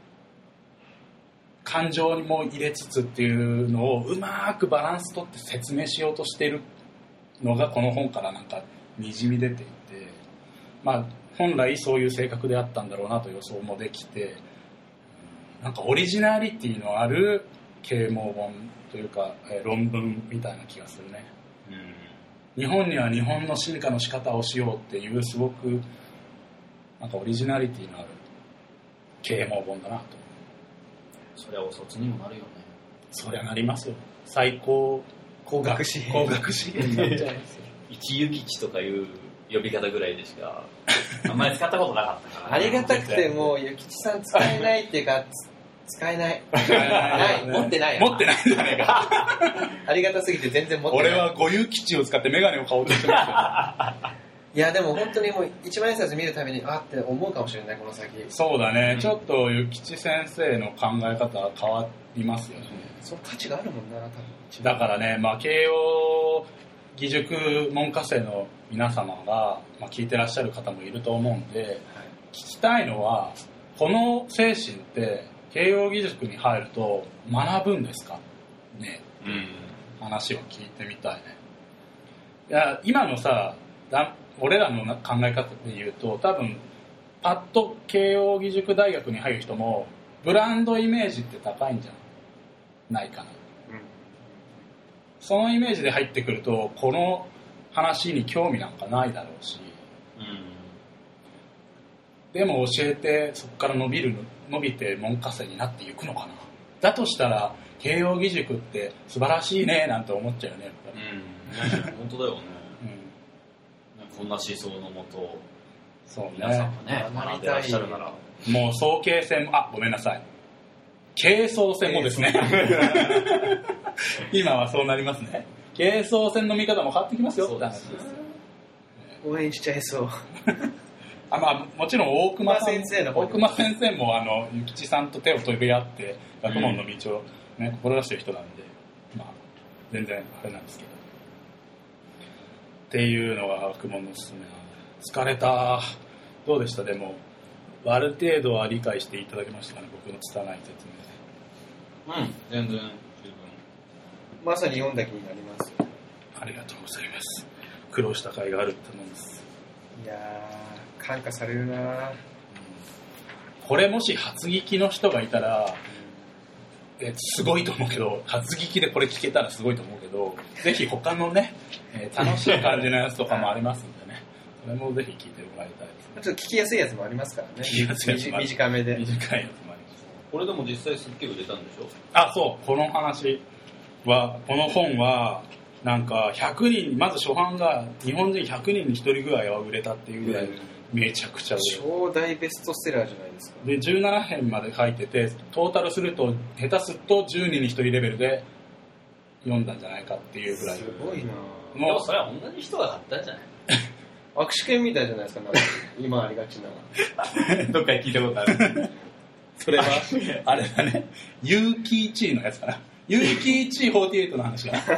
感情にも入れつつっていうのをうまくバランス取って説明しようとしているのがこの本からなんかにじみ出ていて、まあ本来そういう性格であったんだろうなと予想もできて、なんかオリジナリティのある啓蒙本というか、えー、論文みたいな気がするね、うん、日本には日本の進化の仕方をしようっていうすごくなんかオリジナリティのある啓蒙本だなと。 そりゃお卒にもなるよね。 そりゃなりますよ。最高高学士高学士になっちゃいますよ。 一諭吉とかいう呼び方ぐらいでしかあんまり使ったことなかったから、 ね、ありがたくてもう諭吉さん使えないっていうか使えないない持ってない持ってないんじゃないかありがたすぎて全然持ってない。 俺はご諭吉を使ってメガネを買おうとしてまいやでも本当にもう一万円札見るためにあって思うかもしれないこの先。 そうだね、 うん、 ちょっと諭吉先生の考え方は変わりますよね。 その価値があるもんな多分。 だからね、まあ、慶応義塾門下生の皆様が、まあ、聞いてらっしゃる方もいると思うんで、はい、聞きたいのはこの精神って慶応義塾に入ると学ぶんですかね、うん、話を聞いてみたいね。いや今のさだ俺らの考え方で言うと多分パッと慶応義塾大学に入る人もブランドイメージって高いんじゃないかな、うん、そのイメージで入ってくるとこの話に興味なんかないだろうし、うん、でも教えてそこから伸びる伸びて門下生になっていくのかな。だとしたら慶応義塾って素晴らしいねなんて思っちゃうよねやっぱり、 うん、本当だよね、うん、こんな思想のもとそうね、 皆さんがね学んでらっしゃるならもう早慶戦もあごめんなさい慶総戦もですね今はそうなりますね。慶総戦の見方も変わってきますよって話です。 応援しちゃいそうあ、まあ、もちろん大熊先生の大熊先生もあの諭吉さんと手を取り合って学問の道を、ね、志してる人なんで、まあ、全然あれなんですけどっていうのが学問のおすすめ。疲れた。どうでした？でもある程度は理解していただけましたかね、僕の拙い説明。うん、全然十分。 まさに読んだ気になります。 ありがとうございます。苦労した甲斐があるってもんです。 いやー感化されるな、うん、 これもし初聞きの人がいたら、うん、えすごいと思うけど、初聞きでこれ聞けたらすごいと思うけど、ぜひ他のね、えー、楽しい感じのやつとかもありますんでねそれもぜひ聞いてもらいたいですね。 ちょっと聞きやすいやつもありますからね。 聞きやすいやつもある。 短めで短いやつもあります。 これでも実際すっげえ売れたんでしょ？ あ、そう、この話はこの本はなんかひゃくにん、まず初版が日本人ひゃくにんにひとりぐらいは売れたっていうぐらいめちゃくちゃ売れる。 超大ベストセラーじゃないですか。 でじゅうななへんまで書いてて、トータルすると下手するとじゅうにんにひとりレベルで読んだんじゃないかっていうぐらい。 すごいな。 もうそれは同じ人が買ったんじゃない？ 握手券みたいじゃないですか、なんか今ありがちなどっかで聞いたことあるそれはあれだね、ユーキーチーのやつかな。ユーキーチーフォーティーエイトの話かな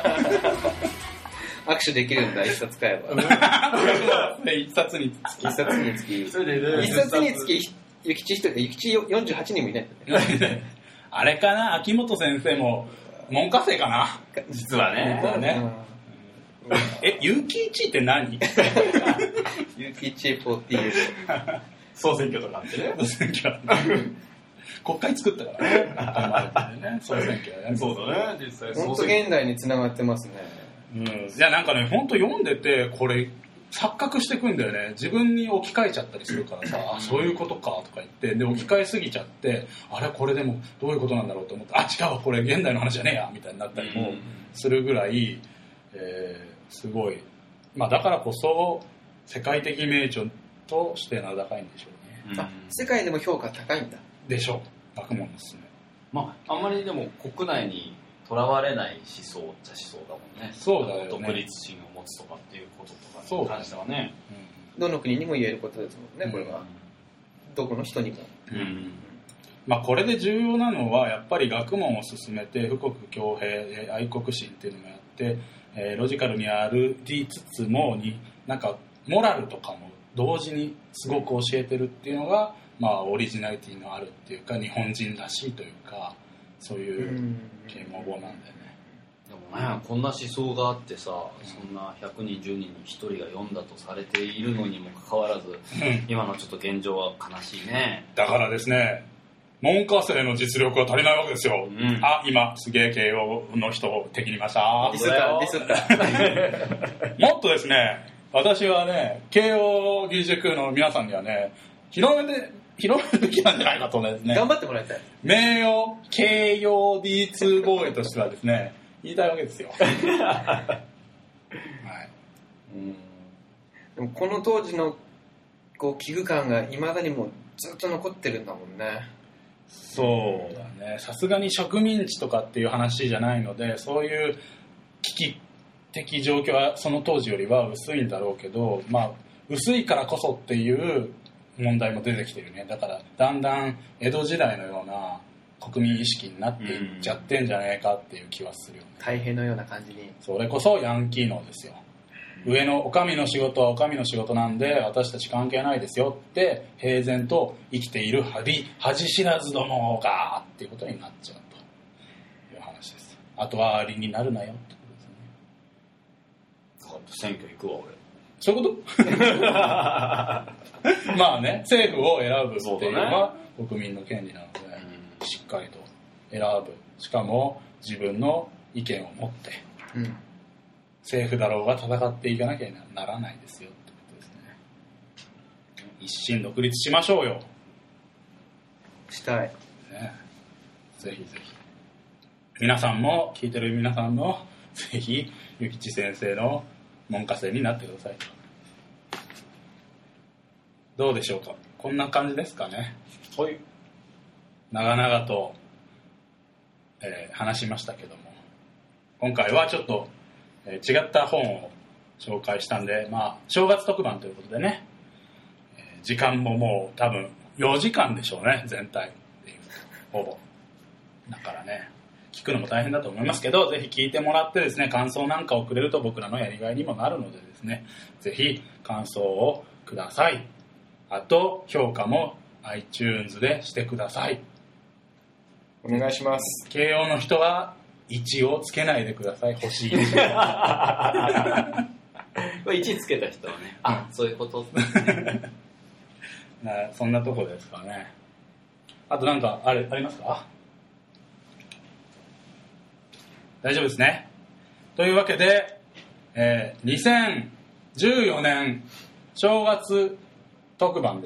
握手できるんだ、一冊買えば一冊につき一冊につき一冊につき諭吉一人で、諭吉よんじゅうはちにんもいないあれかな、秋元先生も門下生かな実はね、 実はね、 うん、え、ユーキーチーって何？ ユーキーチーフォーティーエイト総選挙とかあってね。 総選挙国会作ったからね。総選挙はね。 そうだね、実際。 本当現代に繋がってますね。 うん。いや、なんかね、本当読んでて、これ、錯覚してくんだよね。自分に置き換えちゃったりするからさ、あ、そういうことかとか言って、で、置き換えすぎちゃって、あれ、これでもどういうことなんだろうと思って、あ、違うわ、これ現代の話じゃねえや、みたいになったりもするぐらい、えー、すごい。まあ、だからこそ、世界的名著として名高いんでしょうね。 あ、世界でも評価高いんだ。 でしょう。学問ですね。 まあ、あんまりでも国内にとらわれない思想っちゃ思想だもんね。 そうだよね。 独立心を持つとかっていうこととかに関してはね。 うん、どの国にも言えることですもんね、これは。うん、どこの人にも。うん、 まあ、これで重要なのは、やっぱり学問を進めて、富国強兵、愛国心っていうのもやって、えー、ロジカルにあるりつつもに、なんか、モラルとかも同時にすごく教えてるっていうのが、まあ、オリジナリティのあるっていうか、日本人らしいというか、そういう啓蒙語なんだよね。 でもね、こんな思想があってさ、そんなひゃくにんじゅうにんにひとりが読んだとされているのにもかかわらず、うん、今のちょっと現状は悲しいね。 だからですね、門下生の実力は足りないわけですよ。うん、あ、今すげえ慶応の人を敵にいました。 ディスった、ディスった。 もっとですね、私はね、慶応義塾の皆さんにはね、広めて、広めるべきなんじゃないかとですね。 頑張ってもらいたい。 名誉、慶応 ディーツー 防衛としてはですね、言いたいわけですよ。はい。 うん。でもこの当時のこう危惧感が未だにもずっと残ってるんだもんね。 そうだね。さすがに植民地とかっていう話じゃないので、そういう危機的状況はその当時よりは薄いんだろうけど、まあ、薄いからこそっていう問題も出てきてるね。だからだんだん江戸時代のような国民意識になっていっちゃってんじゃねえかっていう気はするよね。 大変のような感じに。 それこそヤンキーのですよ。上のお上の仕事はお上の仕事なんで私たち関係ないですよって平然と生きている恥知らずどもがっていうことになっちゃうという話です。あとはありになるなよってことですね。 選挙行くわ俺。 そういうことまあね、政府を選ぶっていうのは国民の権利なので、うん、しっかりと選ぶ。しかも自分の意見を持って、うん、政府だろうが戦っていかなきゃならないですよってことですね。一心独立しましょうよ。 したい、 ね、ぜひぜひ皆さんも聞いてる皆さんもぜひ諭吉先生の門下生になってください。どうでしょうか。こんな感じですかね。 はい。 長々と、えー、話しましたけども、今回はちょっと、えー、違った本を紹介したんで、まあ正月特番ということでね、えー、時間ももう多分よじかんでしょうね、全体っていうほぼ。だからね。聞くのも大変だと思いますけど、ぜひ聞いてもらってですね、感想なんかをくれると僕らのやりがいにもなるのでですね、ぜひ感想をください。あと評価も iTunes でしてください。 お願いします。 慶応の人はいちをつけないでください。星いち。 いちつけた人はね、あ、そういうことなそんなとこですかね。あとなんかあれありますか？大丈夫ですね。というわけで、えー、にせんじゅうよねん正月特番です。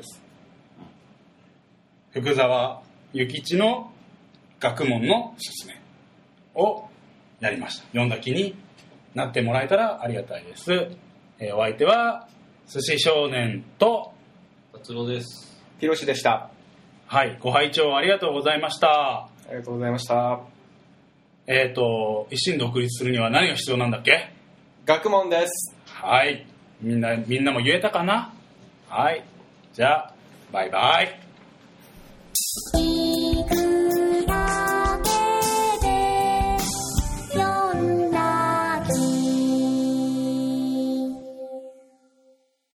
福沢諭吉の学問のすすめをやりました。読んだ気になってもらえたらありがたいです。えー、お相手は寿司少年と達郎です。 ひろしでした。 はい、ご拝聴ありがとうございました。 ありがとうございました。 えーと、一心独立するには何が必要なんだっけ？ 学問です。 はい。みんな、みんなも言えたかな？はい。じゃあ、バイバイ。